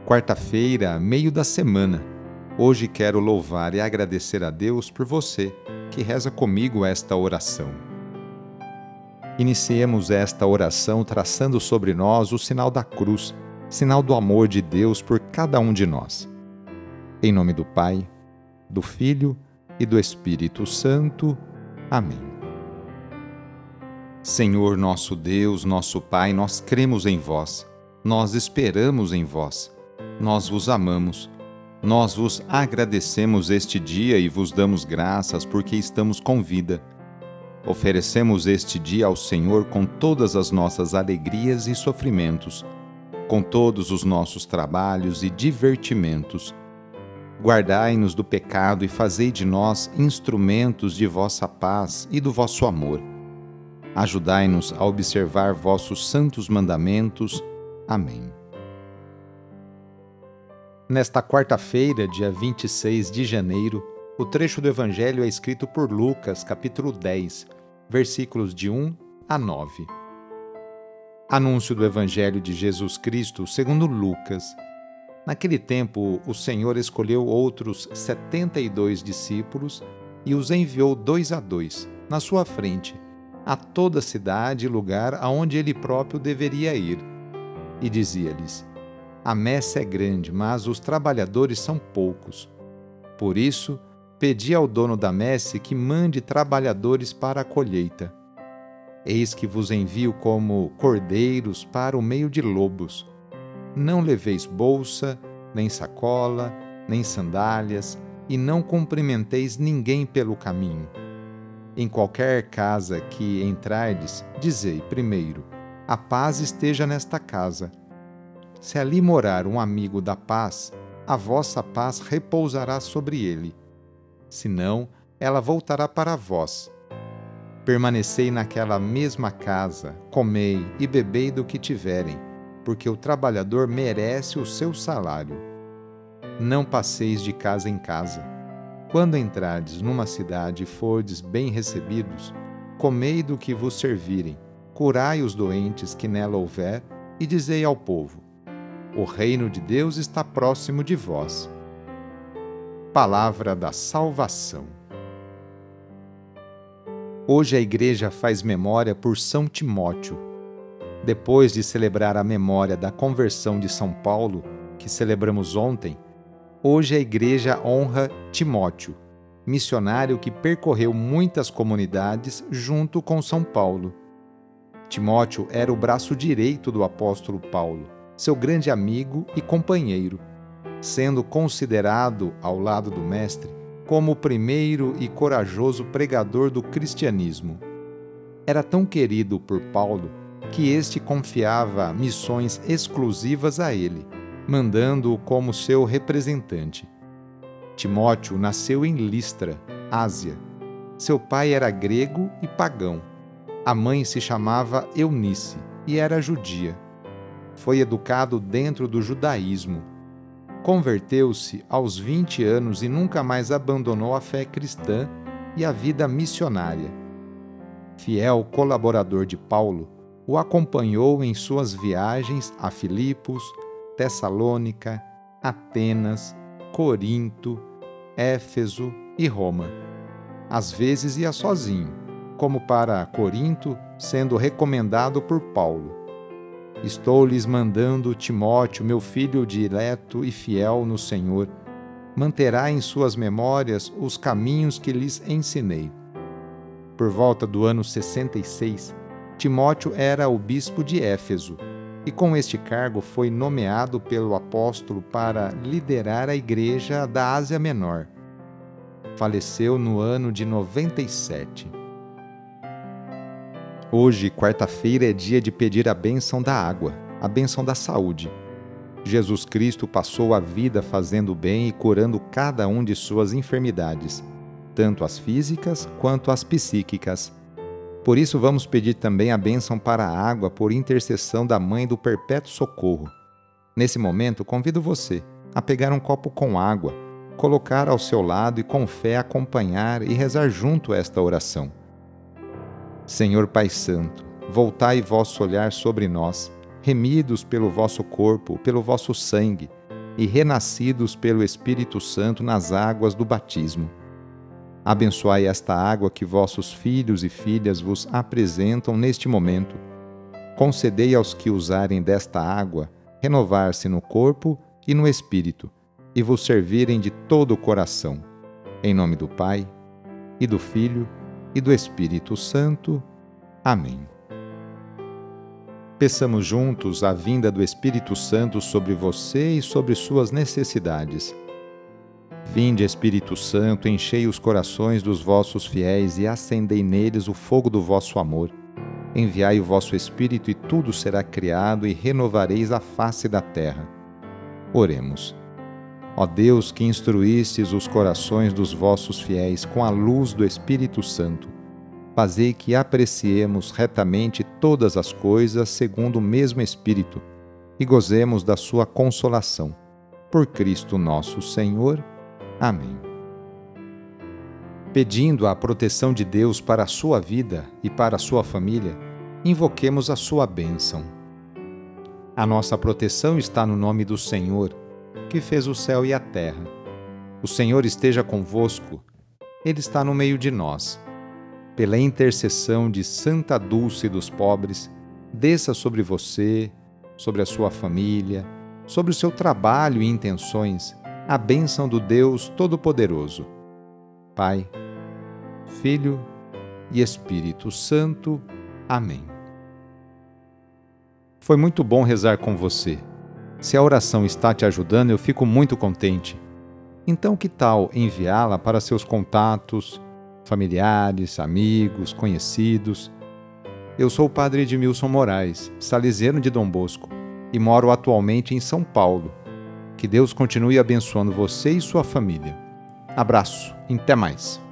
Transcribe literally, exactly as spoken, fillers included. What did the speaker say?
Quarta-feira, meio da semana. Hoje quero louvar e agradecer a Deus por você que reza comigo esta oração. Iniciemos esta oração traçando sobre nós o sinal da cruz, sinal do amor de Deus por cada um de nós. Em nome do Pai, do Filho e do Espírito Santo. Amém. Senhor nosso Deus, nosso Pai, nós cremos em vós, nós esperamos em vós, nós vos amamos, nós vos agradecemos este dia e vos damos graças porque estamos com vida. Oferecemos este dia ao Senhor com todas as nossas alegrias e sofrimentos, com todos os nossos trabalhos e divertimentos. Guardai-nos do pecado e fazei de nós instrumentos de vossa paz e do vosso amor. Ajudai-nos a observar vossos santos mandamentos. Amém. Nesta quarta-feira, dia vinte e seis de janeiro, o trecho do Evangelho é escrito por Lucas, capítulo dez, versículos de um a nove. Anúncio do Evangelho de Jesus Cristo segundo Lucas. Naquele tempo, o Senhor escolheu outros setenta e dois discípulos e os enviou dois a dois, na sua frente, a toda cidade e lugar aonde ele próprio deveria ir. E dizia-lhes: A messe é grande, mas os trabalhadores são poucos. Por isso, pedi ao dono da messe que mande trabalhadores para a colheita. Eis que vos envio como cordeiros para o meio de lobos. Não leveis bolsa, nem sacola, nem sandálias, e não cumprimenteis ninguém pelo caminho. Em qualquer casa que entrardes, dizei primeiro: a paz esteja nesta casa. Se ali morar um amigo da paz, a vossa paz repousará sobre ele. Senão, ela voltará para vós. Permanecei naquela mesma casa, comei e bebei do que tiverem, porque o trabalhador merece o seu salário. Não passeis de casa em casa. Quando entrardes numa cidade e fordes bem recebidos, comei do que vos servirem, curai os doentes que nela houver, e dizei ao povo: o reino de Deus está próximo de vós. Palavra da salvação. Hoje a Igreja faz memória por São Timóteo. Depois de celebrar a memória da conversão de São Paulo, que celebramos ontem, hoje a Igreja honra Timóteo, missionário que percorreu muitas comunidades junto com São Paulo. Timóteo era o braço direito do apóstolo Paulo, seu grande amigo e companheiro, sendo considerado, ao lado do Mestre, como o primeiro e corajoso pregador do cristianismo. Era tão querido por Paulo que este confiava missões exclusivas a ele, mandando-o como seu representante. Timóteo nasceu em Listra, Ásia. Seu pai era grego e pagão. A mãe se chamava Eunice e era judia. Foi educado dentro do judaísmo. Converteu-se aos vinte anos e nunca mais abandonou a fé cristã e a vida missionária. Fiel colaborador de Paulo, o acompanhou em suas viagens a Filipos, Tessalônica, Atenas, Corinto, Éfeso e Roma. Às vezes ia sozinho, como para Corinto, sendo recomendado por Paulo. Estou lhes mandando Timóteo, meu filho dileto e fiel no Senhor. Manterá em suas memórias os caminhos que lhes ensinei. Por volta do ano sessenta e seis, Timóteo era o bispo de Éfeso, e com este cargo foi nomeado pelo apóstolo para liderar a igreja da Ásia Menor. Faleceu no ano de noventa e sete. Hoje, quarta-feira, é dia de pedir a bênção da água, a bênção da saúde. Jesus Cristo passou a vida fazendo bem e curando cada um de suas enfermidades, tanto as físicas quanto as psíquicas. Por isso, vamos pedir também a bênção para a água por intercessão da Mãe do Perpétuo Socorro. Nesse momento, convido você a pegar um copo com água, colocar ao seu lado e com fé acompanhar e rezar junto esta oração. Senhor Pai Santo, voltai vosso olhar sobre nós, remidos pelo vosso corpo, pelo vosso sangue, e renascidos pelo Espírito Santo nas águas do batismo. Abençoai esta água que vossos filhos e filhas vos apresentam neste momento. Concedei aos que usarem desta água renovar-se no corpo e no espírito, e vos servirem de todo o coração. Em nome do Pai, e do Filho, e do Espírito Santo. Amém. Peçamos juntos a vinda do Espírito Santo sobre você e sobre suas necessidades. Vinde, Espírito Santo, enchei os corações dos vossos fiéis e acendei neles o fogo do vosso amor. Enviai o vosso Espírito e tudo será criado e renovareis a face da terra. Oremos. Ó Deus, que instruístes os corações dos vossos fiéis com a luz do Espírito Santo, fazei que apreciemos retamente todas as coisas segundo o mesmo Espírito e gozemos da sua consolação. Por Cristo nosso Senhor. Amém. Pedindo a proteção de Deus para a sua vida e para a sua família, invoquemos a sua bênção. A nossa proteção está no nome do Senhor, que fez o céu e a terra. O Senhor esteja convosco, Ele está no meio de nós. Pela intercessão de Santa Dulce dos pobres, desça sobre você, sobre a sua família, sobre o seu trabalho e intenções, a bênção do Deus Todo-Poderoso. Pai, Filho e Espírito Santo. Amém. Foi muito bom rezar com você. Se a oração está te ajudando, eu fico muito contente. Então, que tal enviá-la para seus contatos, familiares, amigos, conhecidos? Eu sou o padre Edmilson Moraes, salesiano de Dom Bosco, e moro atualmente em São Paulo. Que Deus continue abençoando você e sua família. Abraço e até mais.